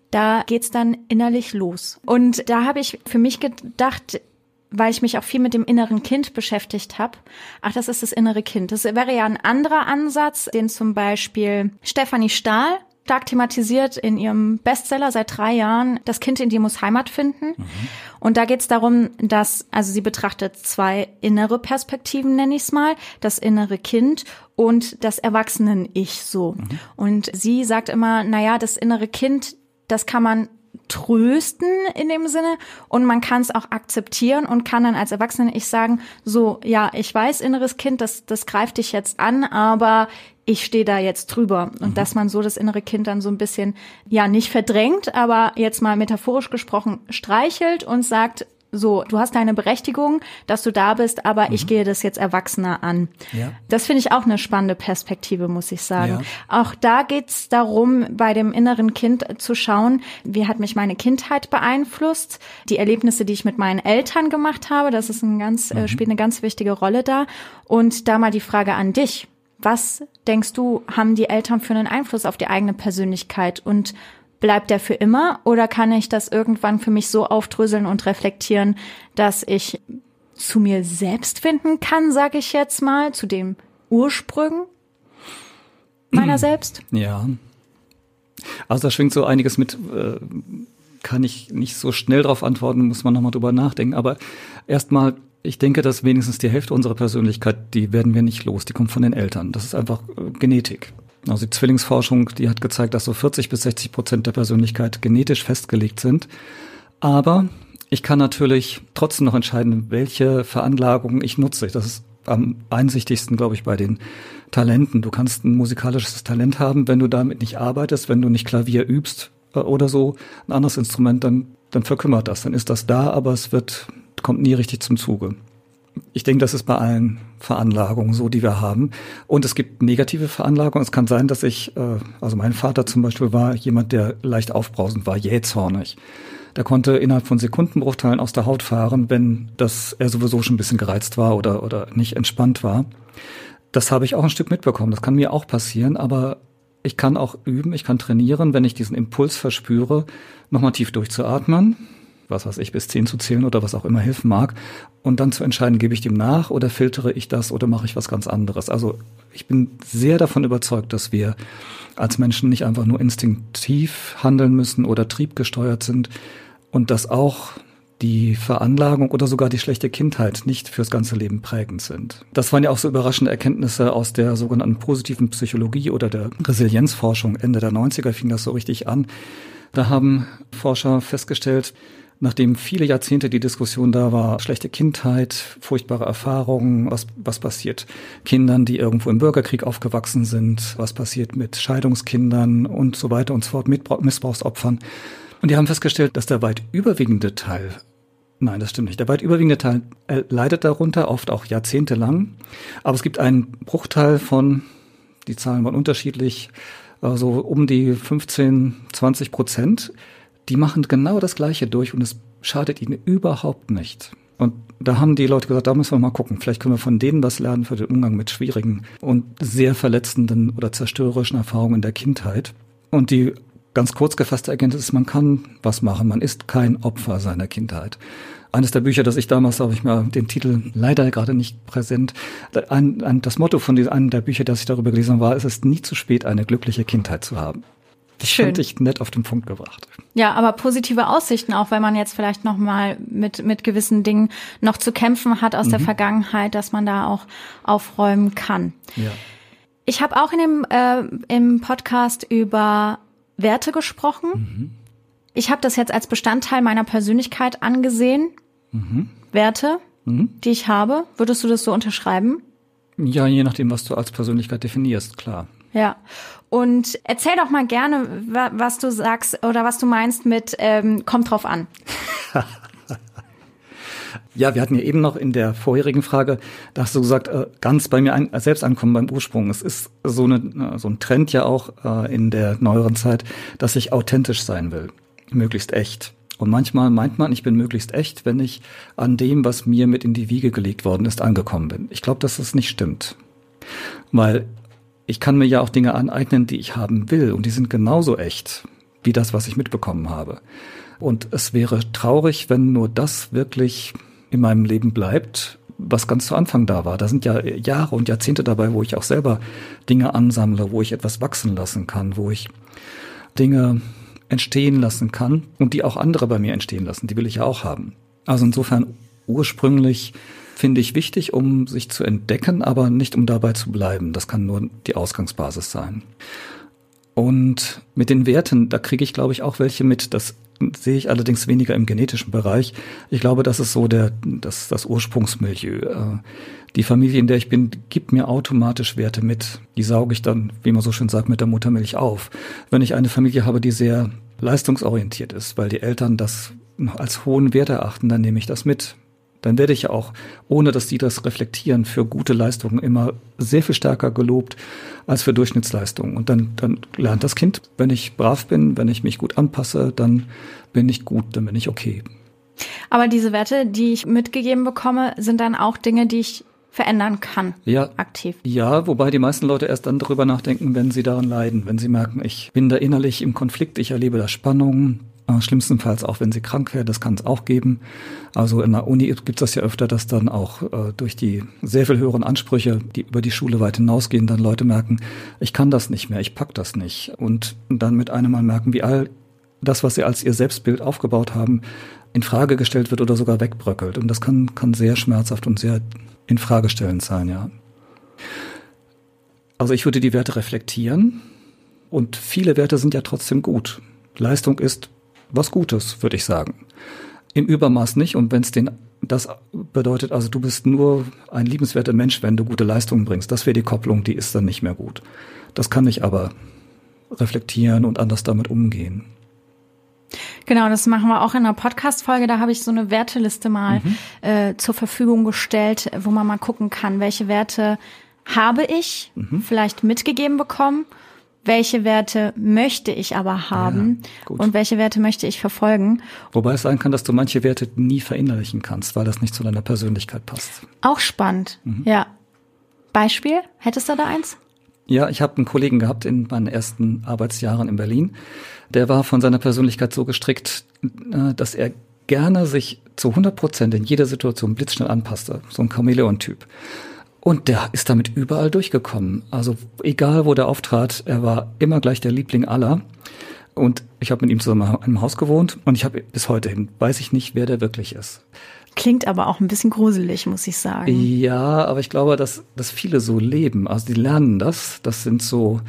da geht's dann innerlich los. Und da habe ich für mich gedacht, weil ich mich auch viel mit dem inneren Kind beschäftigt habe. Ach, das ist das innere Kind. Das wäre ja ein anderer Ansatz, den zum Beispiel Stefanie Stahl stark thematisiert in ihrem Bestseller seit drei Jahren, Das Kind in dir muss Heimat finden. Mhm. Und da geht es darum, dass, also sie betrachtet zwei innere Perspektiven, nenne ich es mal, das innere Kind und das Erwachsenen-Ich so. Mhm. Und sie sagt immer, naja, das innere Kind, das kann man trösten in dem Sinne und man kann es auch akzeptieren und kann dann als Erwachsene ich sagen, so, ja, ich weiß, inneres Kind, das das greift dich jetzt an, aber ich stehe da jetzt drüber. Und mhm. dass man so das innere Kind dann so ein bisschen, ja, nicht verdrängt, aber jetzt mal metaphorisch gesprochen streichelt und sagt, so, du hast deine Berechtigung, dass du da bist, aber mhm. ich gehe das jetzt erwachsener an. Ja. Das finde ich auch eine spannende Perspektive, muss ich sagen. Ja. Auch da geht's darum, bei dem inneren Kind zu schauen, wie hat mich meine Kindheit beeinflusst, die Erlebnisse, die ich mit meinen Eltern gemacht habe, das ist ein ganz, mhm. äh, spielt eine ganz wichtige Rolle da. Und da mal die Frage an dich. Was denkst du, haben die Eltern für einen Einfluss auf die eigene Persönlichkeit und bleibt der für immer oder kann ich das irgendwann für mich so aufdröseln und reflektieren, dass ich zu mir selbst finden kann, sage ich jetzt mal, zu den Ursprüngen meiner selbst? Ja, also da schwingt so einiges mit, äh, kann ich nicht so schnell drauf antworten, muss man nochmal drüber nachdenken, aber erstmal, ich denke, dass wenigstens die Hälfte unserer Persönlichkeit, die werden wir nicht los, die kommt von den Eltern, das ist einfach äh, Genetik. Also die Zwillingsforschung, die hat gezeigt, dass so vierzig bis sechzig Prozent der Persönlichkeit genetisch festgelegt sind. Aber ich kann natürlich trotzdem noch entscheiden, welche Veranlagungen ich nutze. Das ist am einsichtigsten, glaube ich, bei den Talenten. Du kannst ein musikalisches Talent haben, wenn du damit nicht arbeitest, wenn du nicht Klavier übst oder so, ein anderes Instrument, dann, dann verkümmert das. Dann ist das da, aber es wird, kommt nie richtig zum Zuge. Ich denke, das ist bei allen Veranlagungen so, die wir haben. Und es gibt negative Veranlagungen. Es kann sein, dass ich, also mein Vater zum Beispiel war jemand, der leicht aufbrausend war, jähzornig. Der konnte innerhalb von Sekundenbruchteilen aus der Haut fahren, wenn das er sowieso schon ein bisschen gereizt war oder, oder nicht entspannt war. Das habe ich auch ein Stück mitbekommen. Das kann mir auch passieren, aber ich kann auch üben, ich kann trainieren, wenn ich diesen Impuls verspüre, nochmal tief durchzuatmen, was weiß ich, bis zehn zu zählen oder was auch immer helfen mag und dann zu entscheiden, gebe ich dem nach oder filtere ich das oder mache ich was ganz anderes. Also ich bin sehr davon überzeugt, dass wir als Menschen nicht einfach nur instinktiv handeln müssen oder triebgesteuert sind und dass auch die Veranlagung oder sogar die schlechte Kindheit nicht fürs ganze Leben prägend sind. Das waren ja auch so überraschende Erkenntnisse aus der sogenannten positiven Psychologie oder der Resilienzforschung. Ende der neunziger fing das so richtig an. Da haben Forscher festgestellt, nachdem viele Jahrzehnte die Diskussion da war, schlechte Kindheit, furchtbare Erfahrungen, was, was passiert Kindern, die irgendwo im Bürgerkrieg aufgewachsen sind, was passiert mit Scheidungskindern und so weiter und so fort, mit Missbrauchsopfern. Und die haben festgestellt, dass der weit überwiegende Teil, nein, das stimmt nicht, der weit überwiegende Teil äh, leidet darunter, oft auch jahrzehntelang. Aber es gibt einen Bruchteil von, die Zahlen waren unterschiedlich, also um die fünfzehn, zwanzig Prozent, die machen genau das Gleiche durch und es schadet ihnen überhaupt nicht. Und da haben die Leute gesagt, da müssen wir mal gucken. Vielleicht können wir von denen was lernen für den Umgang mit schwierigen und sehr verletzenden oder zerstörerischen Erfahrungen in der Kindheit. Und die ganz kurz gefasste Erkenntnis ist, man kann was machen. Man ist kein Opfer seiner Kindheit. Eines der Bücher, das ich damals, habe ich mir den Titel leider gerade nicht präsent, ein, ein, das Motto von diesem, einem der Bücher, das ich darüber gelesen habe, war, es ist nie zu spät, eine glückliche Kindheit zu haben. Das Schön. Fand ich nett auf den Punkt gebracht. Ja, aber positive Aussichten auch, weil man jetzt vielleicht noch mal mit mit gewissen Dingen noch zu kämpfen hat aus mhm. der Vergangenheit, dass man da auch aufräumen kann. Ja. Ich habe auch in dem äh, im Podcast über Werte gesprochen. Mhm. Ich habe das jetzt als Bestandteil meiner Persönlichkeit angesehen. Mhm. Werte, mhm. die ich habe. Würdest du das so unterschreiben? Ja, je nachdem, was du als Persönlichkeit definierst, klar. Ja, und erzähl doch mal gerne, was du sagst oder was du meinst mit ähm, kommt drauf an. Ja, wir hatten ja eben noch in der vorherigen Frage, da hast du gesagt, äh, ganz bei mir ein, selbst ankommen beim Ursprung. Es ist so, eine, so ein Trend ja auch äh, in der neueren Zeit, dass ich authentisch sein will, möglichst echt. Und manchmal meint man, ich bin möglichst echt, wenn ich an dem, was mir mit in die Wiege gelegt worden ist, angekommen bin. Ich glaube, dass das nicht stimmt, weil ich kann mir ja auch Dinge aneignen, die ich haben will und die sind genauso echt, wie das, was ich mitbekommen habe. Und es wäre traurig, wenn nur das wirklich in meinem Leben bleibt, was ganz zu Anfang da war. Da sind ja Jahre und Jahrzehnte dabei, wo ich auch selber Dinge ansammle, wo ich etwas wachsen lassen kann, wo ich Dinge entstehen lassen kann und die auch andere bei mir entstehen lassen. Die will ich ja auch haben. Also insofern ursprünglich finde ich wichtig, um sich zu entdecken, aber nicht um dabei zu bleiben. Das kann nur die Ausgangsbasis sein. Und mit den Werten, da kriege ich, glaube ich, auch welche mit. Das sehe ich allerdings weniger im genetischen Bereich. Ich glaube, das ist so der, das, das Ursprungsmilieu. Die Familie, in der ich bin, gibt mir automatisch Werte mit. Die sauge ich dann, wie man so schön sagt, mit der Muttermilch auf. Wenn ich eine Familie habe, die sehr leistungsorientiert ist, weil die Eltern das als hohen Wert erachten, dann nehme ich das mit. Dann werde ich ja auch, ohne dass die das reflektieren, für gute Leistungen immer sehr viel stärker gelobt als für Durchschnittsleistungen. Und dann, dann lernt das Kind, wenn ich brav bin, wenn ich mich gut anpasse, dann bin ich gut, dann bin ich okay. Aber diese Werte, die ich mitgegeben bekomme, sind dann auch Dinge, die ich verändern kann, ja, aktiv. Ja, wobei die meisten Leute erst dann darüber nachdenken, wenn sie daran leiden, wenn sie merken, ich bin da innerlich im Konflikt, ich erlebe da Spannungen. Schlimmstenfalls auch, wenn sie krank wäre, das kann es auch geben. Also in der Uni gibt es das ja öfter, dass dann auch äh, durch die sehr viel höheren Ansprüche, die über die Schule weit hinausgehen, dann Leute merken, ich kann das nicht mehr, ich pack das nicht. Und dann mit einem Mal merken, wie all das, was sie als ihr Selbstbild aufgebaut haben, in Frage gestellt wird oder sogar wegbröckelt. Und das kann, kann sehr schmerzhaft und sehr in Frage stellend sein, ja. Also ich würde die Werte reflektieren und viele Werte sind ja trotzdem gut. Leistung ist was Gutes, würde ich sagen. Im Übermaß nicht. Und wenn es den, das bedeutet, also du bist nur ein liebenswerter Mensch, wenn du gute Leistungen bringst. Das wäre die Kopplung, die ist dann nicht mehr gut. Das kann ich aber reflektieren und anders damit umgehen. Genau, das machen wir auch in einer Podcast-Folge. Da habe ich so eine Werteliste mal mhm. äh, zur Verfügung gestellt, wo man mal gucken kann, welche Werte habe ich mhm. vielleicht mitgegeben bekommen. Welche Werte möchte ich aber haben ja, und welche Werte möchte ich verfolgen? Wobei es sein kann, dass du manche Werte nie verinnerlichen kannst, weil das nicht zu deiner Persönlichkeit passt. Auch spannend, mhm. ja. Beispiel, hättest du da eins? Ja, ich habe einen Kollegen gehabt in meinen ersten Arbeitsjahren in Berlin. Der war von seiner Persönlichkeit so gestrickt, dass er gerne sich zu hundert Prozent in jeder Situation blitzschnell anpasste. So ein Chamäleon-Typ. Und der ist damit überall durchgekommen. Also egal, wo der auftrat, er war immer gleich der Liebling aller. Und ich habe mit ihm zusammen in einem Haus gewohnt und ich habe bis heute hin, weiß ich nicht, wer der wirklich ist. Klingt aber auch ein bisschen gruselig, muss ich sagen. Ja, aber ich glaube, dass, dass viele so leben. Also die lernen das. Das sind so,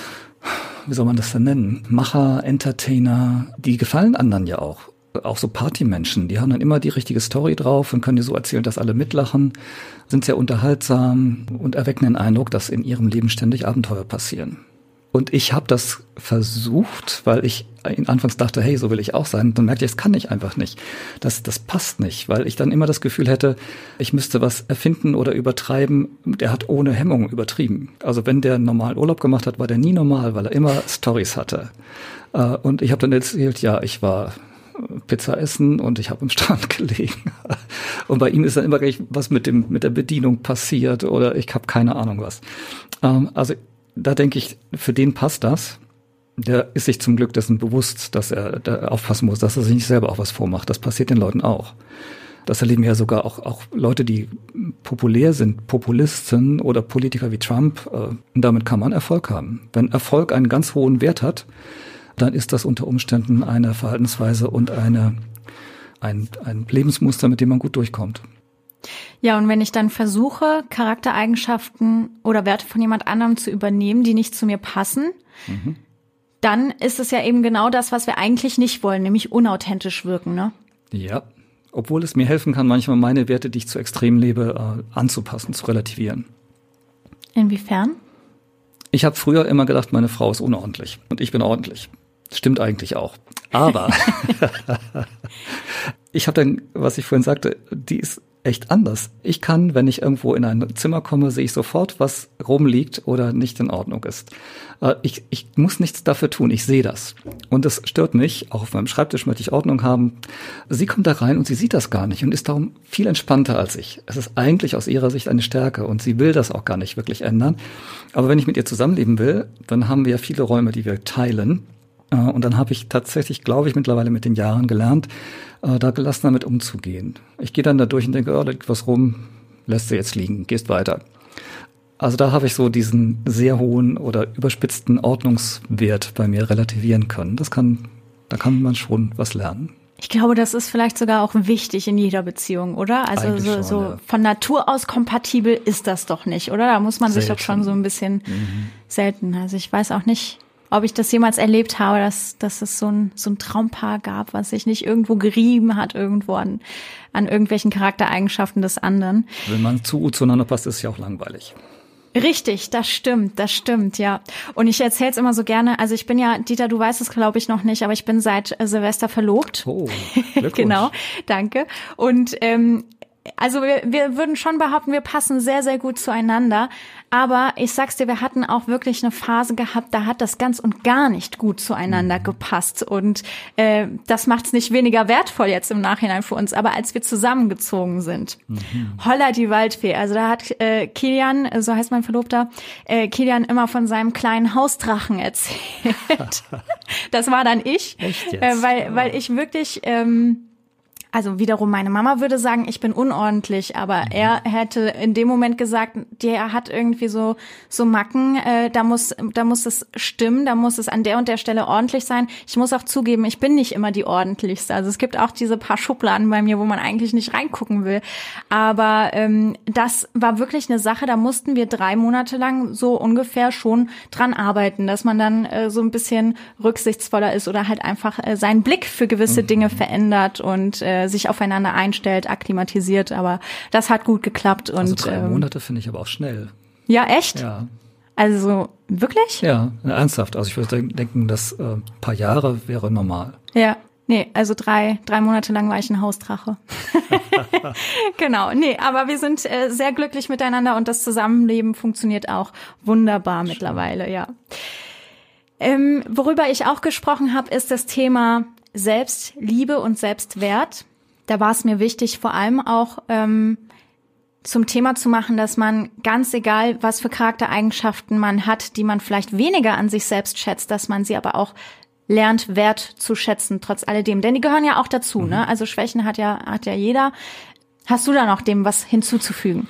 wie soll man das denn nennen? Macher, Entertainer, die gefallen anderen ja auch. Auch so Partymenschen, die haben dann immer die richtige Story drauf und können dir so erzählen, dass alle mitlachen, sind sehr unterhaltsam und erwecken den Eindruck, dass in ihrem Leben ständig Abenteuer passieren. Und ich habe das versucht, weil ich anfangs dachte, hey, so will ich auch sein. Und dann merkte ich, das kann ich einfach nicht. Das, das passt nicht, weil ich dann immer das Gefühl hätte, ich müsste was erfinden oder übertreiben. Der hat ohne Hemmung übertrieben. Also wenn der normal Urlaub gemacht hat, war der nie normal, weil er immer Storys hatte. Und ich habe dann erzählt, ja, ich war Pizza essen und ich habe am Strand gelegen. Und bei ihm ist dann immer gleich was mit dem mit der Bedienung passiert oder ich habe keine Ahnung was. Ähm, also da denke ich, für den passt das. Der ist sich zum Glück dessen bewusst, dass er da aufpassen muss, dass er sich nicht selber auch was vormacht. Das passiert den Leuten auch. Das erleben ja sogar auch, auch Leute, die populär sind, Populisten oder Politiker wie Trump. Äh, und damit kann man Erfolg haben. Wenn Erfolg einen ganz hohen Wert hat, dann ist das unter Umständen eine Verhaltensweise und eine, ein, ein Lebensmuster, mit dem man gut durchkommt. Ja, und wenn ich dann versuche, Charaktereigenschaften oder Werte von jemand anderem zu übernehmen, die nicht zu mir passen, mhm. dann ist es ja eben genau das, was wir eigentlich nicht wollen, nämlich unauthentisch wirken, ne? Ja, obwohl es mir helfen kann, manchmal meine Werte, die ich zu extrem lebe, äh, anzupassen, zu relativieren. Inwiefern? Ich habe früher immer gedacht, meine Frau ist unordentlich und ich bin ordentlich. Stimmt eigentlich auch. Aber ich habe dann, was ich vorhin sagte, die ist echt anders. Ich kann, wenn ich irgendwo in ein Zimmer komme, sehe ich sofort, was rumliegt oder nicht in Ordnung ist. Ich, ich muss nichts dafür tun, ich sehe das. Und das stört mich, auch auf meinem Schreibtisch möchte ich Ordnung haben. Sie kommt da rein und sie sieht das gar nicht und ist darum viel entspannter als ich. Es ist eigentlich aus ihrer Sicht eine Stärke und sie will das auch gar nicht wirklich ändern. Aber wenn ich mit ihr zusammenleben will, dann haben wir ja viele Räume, die wir teilen. Und dann habe ich tatsächlich, glaube ich, mittlerweile mit den Jahren gelernt, da gelassen damit umzugehen. Ich gehe dann da durch und denke, oh, da liegt was rum, lässt sie jetzt liegen, gehst weiter. Also da habe ich so diesen sehr hohen oder überspitzten Ordnungswert bei mir relativieren können. Das kann, da kann man schon was lernen. Ich glaube, das ist vielleicht sogar auch wichtig in jeder Beziehung, oder? Also so, schon, so ja. Von Natur aus kompatibel ist das doch nicht, oder? Da muss man selten. sich doch schon so ein bisschen mhm. selten. Also ich weiß auch nicht, ob ich das jemals erlebt habe, dass, dass es so ein, so ein Traumpaar gab, was sich nicht irgendwo gerieben hat, irgendwo an, an irgendwelchen Charaktereigenschaften des anderen. Wenn man zu gut zueinander passt, ist es ja auch langweilig. Richtig, das stimmt, das stimmt, ja. Und ich erzähle es immer so gerne, also ich bin ja, Dieter, du weißt es glaube ich noch nicht, aber ich bin seit äh, Silvester verlobt. Oh, genau, danke. Und ähm, also wir, wir würden schon behaupten, wir passen sehr, sehr gut zueinander. Aber ich sag's dir, wir hatten auch wirklich eine Phase gehabt, da hat das ganz und gar nicht gut zueinander mhm. gepasst. Und äh, das macht's nicht weniger wertvoll jetzt im Nachhinein für uns. Aber als wir zusammengezogen sind, mhm. holla die Waldfee. Also da hat äh, Kilian, so heißt mein Verlobter, äh, Kilian immer von seinem kleinen Hausdrachen erzählt. Das war dann ich. Echt jetzt? Äh, weil, weil ich wirklich... Ähm, Also wiederum, meine Mama würde sagen, ich bin unordentlich, aber mhm. er hätte in dem Moment gesagt, der hat irgendwie so so Macken, äh, da muss da muss es stimmen, da muss es an der und der Stelle ordentlich sein. Ich muss auch zugeben, ich bin nicht immer die ordentlichste. Also es gibt auch diese paar Schubladen bei mir, wo man eigentlich nicht reingucken will. Aber ähm, das war wirklich eine Sache, da mussten wir drei Monate lang so ungefähr schon dran arbeiten, dass man dann äh, so ein bisschen rücksichtsvoller ist oder halt einfach äh, seinen Blick für gewisse mhm. Dinge verändert und äh, sich aufeinander einstellt, akklimatisiert, aber das hat gut geklappt. Und also drei ähm, Monate finde ich aber auch schnell. Ja, echt? Ja. Also wirklich? Ja, ernsthaft. Also ich würde denken, dass äh, ein paar Jahre wäre normal. Ja, nee, also drei drei Monate lang war ich ein Hausdrache. Genau, nee, aber wir sind äh, sehr glücklich miteinander und das Zusammenleben funktioniert auch wunderbar Schön. mittlerweile, ja. Ähm, worüber ich auch gesprochen habe, ist das Thema Selbstliebe und Selbstwert. Da war es mir wichtig, vor allem auch ähm, zum Thema zu machen, dass man ganz egal, was für Charaktereigenschaften man hat, die man vielleicht weniger an sich selbst schätzt, dass man sie aber auch lernt, wert zu schätzen, trotz alledem. Denn die gehören ja auch dazu, mhm. ne? Also Schwächen hat ja, hat ja jeder. Hast du da noch dem was hinzuzufügen?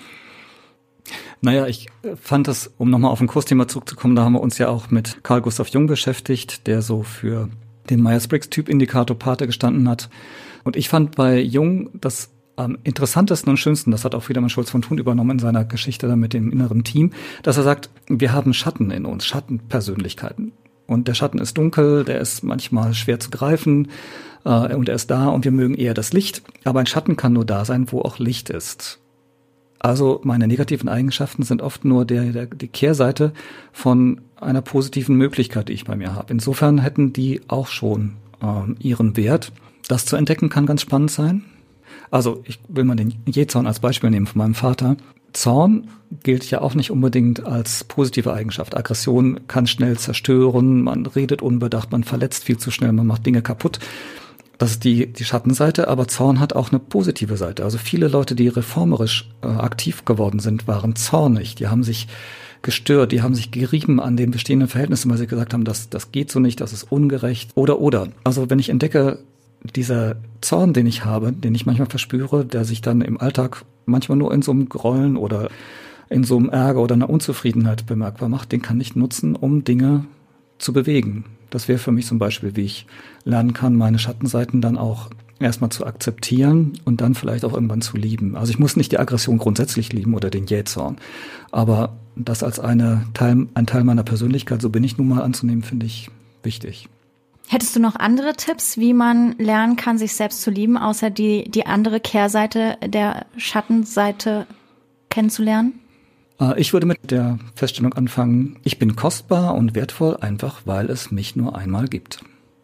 Naja, ich fand das, um nochmal auf ein Kursthema zurückzukommen, da haben wir uns ja auch mit Carl Gustav Jung beschäftigt, der so für den Myers-Briggs-Typ-Indikator Pate gestanden hat. Und ich fand bei Jung das am interessantesten und schönsten, das hat auch Friedemann Schulz von Thun übernommen in seiner Geschichte da mit dem inneren Team, dass er sagt, wir haben Schatten in uns, Schattenpersönlichkeiten. Und der Schatten ist dunkel, der ist manchmal schwer zu greifen äh, und er ist da und wir mögen eher das Licht. Aber ein Schatten kann nur da sein, wo auch Licht ist. Also meine negativen Eigenschaften sind oft nur der, der, die Kehrseite von einer positiven Möglichkeit, die ich bei mir habe. Insofern hätten die auch schon ähm, ihren Wert. Das zu entdecken kann ganz spannend sein. Also ich will mal den Jähzorn als Beispiel nehmen von meinem Vater. Zorn gilt ja auch nicht unbedingt als positive Eigenschaft. Aggression kann schnell zerstören, man redet unbedacht, man verletzt viel zu schnell, man macht Dinge kaputt. Das ist die, die Schattenseite, aber Zorn hat auch eine positive Seite. Also viele Leute, die reformerisch äh, aktiv geworden sind, waren zornig. Die haben sich gestört, die haben sich gerieben an den bestehenden Verhältnissen, weil sie gesagt haben, das, das geht so nicht, das ist ungerecht oder, oder. Also wenn ich entdecke, dieser Zorn, den ich habe, den ich manchmal verspüre, der sich dann im Alltag manchmal nur in so einem Grollen oder in so einem Ärger oder einer Unzufriedenheit bemerkbar macht, den kann ich nutzen, um Dinge zu bewegen. Das wäre für mich zum Beispiel, wie ich lernen kann, meine Schattenseiten dann auch erstmal zu akzeptieren und dann vielleicht auch irgendwann zu lieben. Also ich muss nicht die Aggression grundsätzlich lieben oder den Jähzorn, aber das als eine Teil, ein Teil meiner Persönlichkeit, so bin ich nun mal, anzunehmen, finde ich wichtig. Hättest du noch andere Tipps, wie man lernen kann, sich selbst zu lieben, außer die, die andere Kehrseite der Schattenseite kennenzulernen? Ich würde mit der Feststellung anfangen, ich bin kostbar und wertvoll, einfach weil es mich nur einmal gibt.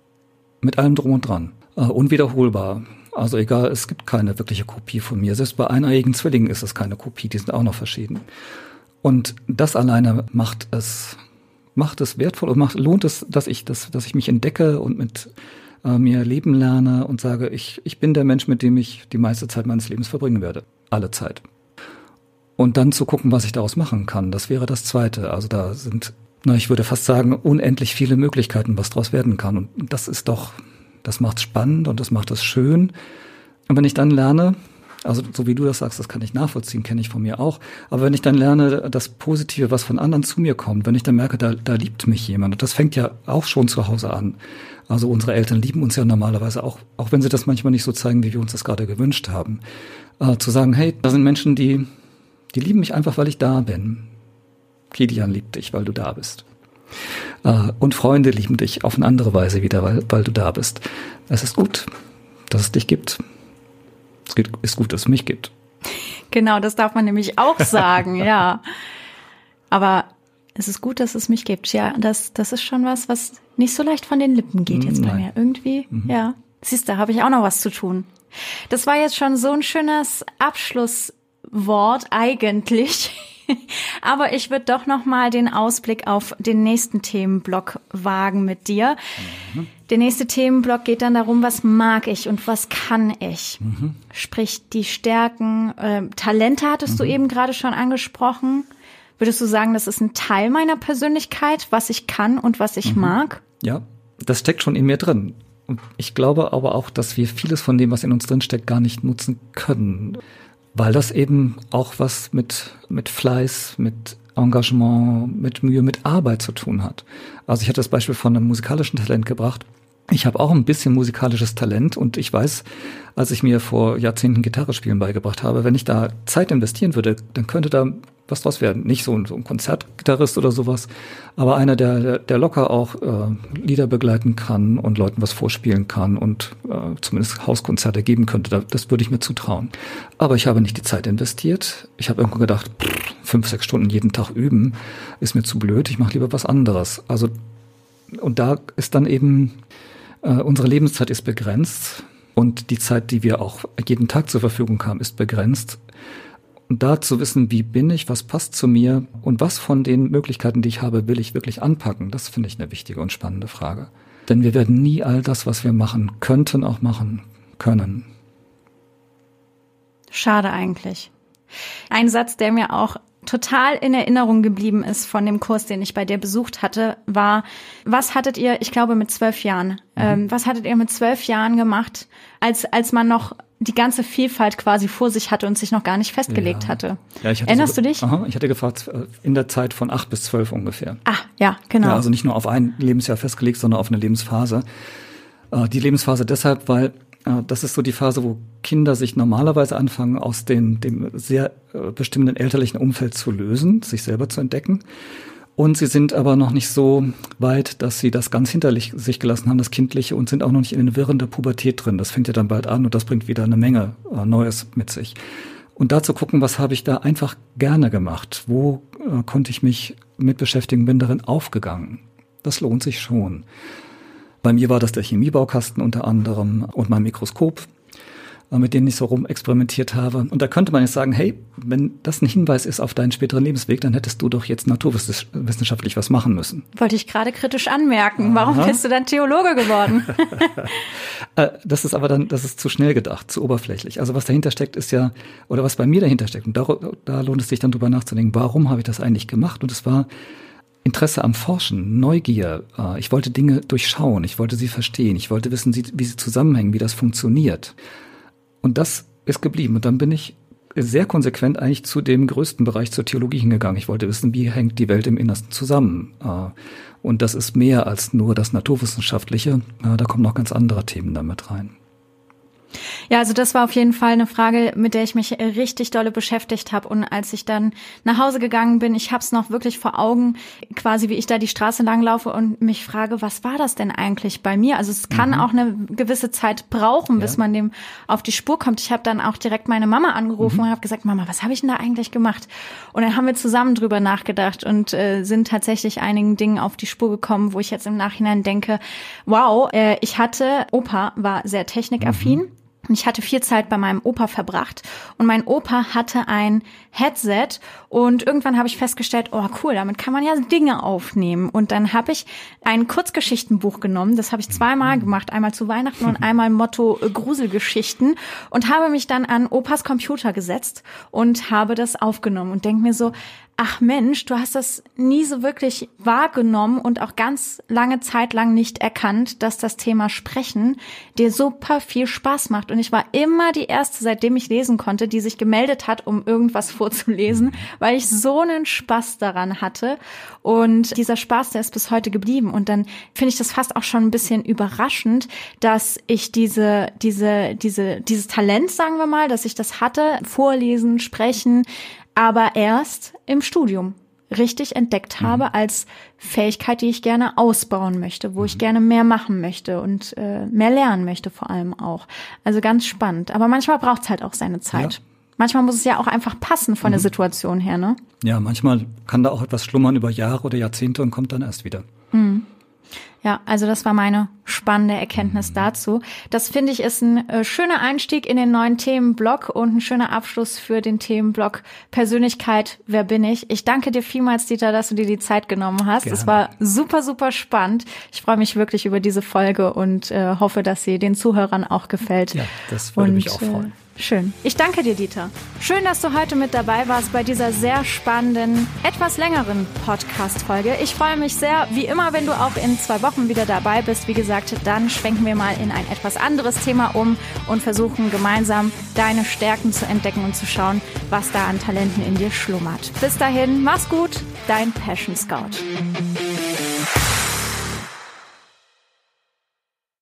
Mit allem drum und dran. Unwiederholbar. Also egal, es gibt keine wirkliche Kopie von mir. Selbst bei eineiigen Zwillingen ist es keine Kopie, die sind auch noch verschieden. Und das alleine macht es, macht es wertvoll und macht, lohnt es, dass ich, das, dass ich mich entdecke und mit äh, mir leben lerne und sage, ich, ich bin der Mensch, mit dem ich die meiste Zeit meines Lebens verbringen werde. Alle Zeit. Und dann zu gucken, was ich daraus machen kann. Das wäre das Zweite. Also da sind na, ich würde fast sagen, unendlich viele Möglichkeiten, was draus werden kann. Und das ist doch, das macht's spannend und das macht es schön. Und wenn ich dann lerne, also so wie du das sagst, das kann ich nachvollziehen, kenne ich von mir auch. Aber wenn ich dann lerne, das Positive, was von anderen zu mir kommt, wenn ich dann merke, da, da liebt mich jemand, und das fängt ja auch schon zu Hause an. Also unsere Eltern lieben uns ja normalerweise auch, auch wenn sie das manchmal nicht so zeigen, wie wir uns das gerade gewünscht haben. Äh, zu sagen, hey, da sind Menschen, die, die lieben mich einfach, weil ich da bin. Kilian liebt dich, weil du da bist. Äh, und Freunde lieben dich auf eine andere Weise wieder, weil, weil du da bist. Es ist gut, dass es dich gibt. Es ist gut, dass es mich gibt. Genau, das darf man nämlich auch sagen, ja. Aber es ist gut, dass es mich gibt. Ja, das, das ist schon was, was nicht so leicht von den Lippen geht jetzt bei Nein. mir. Irgendwie, mhm. ja. Siehst du, da habe ich auch noch was zu tun. Das war jetzt schon so ein schönes Abschlusswort eigentlich. Aber ich würde doch noch mal den Ausblick auf den nächsten Themenblock wagen mit dir. Mhm. Der nächste Themenblock geht dann darum, was mag ich und was kann ich? Mhm. Sprich, die Stärken, äh, Talente hattest mhm. du eben gerade schon angesprochen. Würdest du sagen, das ist ein Teil meiner Persönlichkeit, was ich kann und was ich mhm. mag? Ja, das steckt schon in mir drin. Und ich glaube aber auch, dass wir vieles von dem, was in uns drin steckt, gar nicht nutzen können. Weil das eben auch was mit, mit Fleiß, mit Engagement, mit Mühe, mit Arbeit zu tun hat. Also ich hatte das Beispiel von einem musikalischen Talent gebracht. Ich habe auch ein bisschen musikalisches Talent und ich weiß, als ich mir vor Jahrzehnten Gitarre spielen beigebracht habe, wenn ich da Zeit investieren würde, dann könnte da was draus werden. Nicht so ein, so ein Konzertgitarrist oder sowas, aber einer, der, der locker auch äh, Lieder begleiten kann und Leuten was vorspielen kann und äh, zumindest Hauskonzerte geben könnte. Das würde ich mir zutrauen. Aber ich habe nicht die Zeit investiert. Ich habe irgendwo gedacht, pff, fünf, sechs Stunden jeden Tag üben ist mir zu blöd. Ich mache lieber was anderes. Also und da ist dann eben äh, unsere Lebenszeit ist begrenzt und die Zeit, die wir auch jeden Tag zur Verfügung haben, ist begrenzt. Und da zu wissen, wie bin ich, was passt zu mir und was von den Möglichkeiten, die ich habe, will ich wirklich anpacken, das finde ich eine wichtige und spannende Frage. Denn wir werden nie all das, was wir machen könnten, auch machen können. Schade eigentlich. Ein Satz, der mir auch total in Erinnerung geblieben ist von dem Kurs, den ich bei dir besucht hatte, war, was hattet ihr, ich glaube mit zwölf Jahren, mhm. ähm, was hattet ihr mit zwölf Jahren gemacht, als als man noch die ganze Vielfalt quasi vor sich hatte und sich noch gar nicht festgelegt ja. hatte. Ja, ich hatte Erinnerst so, du dich? Aha, ich hatte gefragt, in der Zeit von acht bis zwölf ungefähr. Ah, ja, genau. Ja, also nicht nur auf ein Lebensjahr festgelegt, sondern auf eine Lebensphase. Äh, die Lebensphase deshalb, weil äh, das ist so die Phase, wo Kinder sich normalerweise anfangen, aus den, dem sehr äh, bestimmenden elterlichen Umfeld zu lösen, sich selber zu entdecken. Und sie sind aber noch nicht so weit, dass sie das ganz hinter sich gelassen haben, das Kindliche, und sind auch noch nicht in den Wirren der Pubertät drin. Das fängt ja dann bald an und das bringt wieder eine Menge äh, Neues mit sich. Und da zu gucken, was habe ich da einfach gerne gemacht? Wo äh, konnte ich mich mit beschäftigen, bin darin aufgegangen? Das lohnt sich schon. Bei mir war das der Chemiebaukasten unter anderem und mein Mikroskop, mit denen ich so rumexperimentiert habe. Und da könnte man jetzt sagen, hey, wenn das ein Hinweis ist auf deinen späteren Lebensweg, dann hättest du doch jetzt naturwissenschaftlich was machen müssen. Wollte ich gerade kritisch anmerken. Warum Aha. bist du dann Theologe geworden? Das ist aber dann, das ist zu schnell gedacht, zu oberflächlich. Also was dahinter steckt ist ja, oder was bei mir dahinter steckt, und da, da lohnt es sich dann drüber nachzudenken, warum habe ich das eigentlich gemacht? Und es war Interesse am Forschen, Neugier. Ich wollte Dinge durchschauen, ich wollte sie verstehen, ich wollte wissen, wie sie zusammenhängen, wie das funktioniert. Und das ist geblieben. Und dann bin ich sehr konsequent eigentlich zu dem größten Bereich, zur Theologie hingegangen. Ich wollte wissen, wie hängt die Welt im Innersten zusammen. Und das ist mehr als nur das Naturwissenschaftliche. Da kommen noch ganz andere Themen damit rein. Ja, also das war auf jeden Fall eine Frage, mit der ich mich richtig dolle beschäftigt habe. Und als ich dann nach Hause gegangen bin, ich habe es noch wirklich vor Augen, quasi wie ich da die Straße langlaufe und mich frage, was war das denn eigentlich bei mir? Also es kann mhm. auch eine gewisse Zeit brauchen, bis ja. man dem auf die Spur kommt. Ich habe dann auch direkt meine Mama angerufen mhm. und habe gesagt, Mama, was habe ich denn da eigentlich gemacht? Und dann haben wir zusammen drüber nachgedacht und äh, sind tatsächlich einigen Dingen auf die Spur gekommen, wo ich jetzt im Nachhinein denke, wow, äh, ich hatte, Opa war sehr technikaffin. Mhm. Und ich hatte viel Zeit bei meinem Opa verbracht und mein Opa hatte ein Headset und irgendwann habe ich festgestellt, oh cool, damit kann man ja Dinge aufnehmen. Und dann habe ich ein Kurzgeschichtenbuch genommen, das habe ich zweimal gemacht, einmal zu Weihnachten und einmal Motto äh, Gruselgeschichten, und habe mich dann an Opas Computer gesetzt und habe das aufgenommen und denke mir so, ach Mensch, du hast das nie so wirklich wahrgenommen und auch ganz lange Zeit lang nicht erkannt, dass das Thema Sprechen dir super viel Spaß macht. Und ich war immer die Erste, seitdem ich lesen konnte, die sich gemeldet hat, um irgendwas vorzulesen, weil ich so einen Spaß daran hatte. Und dieser Spaß, der ist bis heute geblieben. Und dann finde ich das fast auch schon ein bisschen überraschend, dass ich diese, diese, diese, dieses Talent, sagen wir mal, dass ich das hatte, vorlesen, sprechen, aber erst im Studium richtig entdeckt habe mhm. als Fähigkeit, die ich gerne ausbauen möchte, wo mhm. ich gerne mehr machen möchte und äh, mehr lernen möchte vor allem auch. Also ganz spannend. Aber manchmal braucht es halt auch seine Zeit. Ja. Manchmal muss es ja auch einfach passen von mhm. der Situation her, ne? Ja, manchmal kann da auch etwas schlummern über Jahre oder Jahrzehnte und kommt dann erst wieder. Mhm. Ja, also das war meine spannende Erkenntnis dazu. Das finde ich ist ein äh, schöner Einstieg in den neuen Themenblock und ein schöner Abschluss für den Themenblock Persönlichkeit, wer bin ich? Ich danke dir vielmals, Dieter, dass du dir die Zeit genommen hast. Es war super, super spannend. Ich freue mich wirklich über diese Folge und äh, hoffe, dass sie den Zuhörern auch gefällt. Ja, das würde und, mich auch freuen. Äh, Schön. Ich danke dir, Dieter. Schön, dass du heute mit dabei warst bei dieser sehr spannenden, etwas längeren Podcast-Folge. Ich freue mich sehr, wie immer, wenn du auch in zwei Wochen wieder dabei bist. Wie gesagt, dann schwenken wir mal in ein etwas anderes Thema um und versuchen gemeinsam deine Stärken zu entdecken und zu schauen, was da an Talenten in dir schlummert. Bis dahin, mach's gut, dein Passion Scout.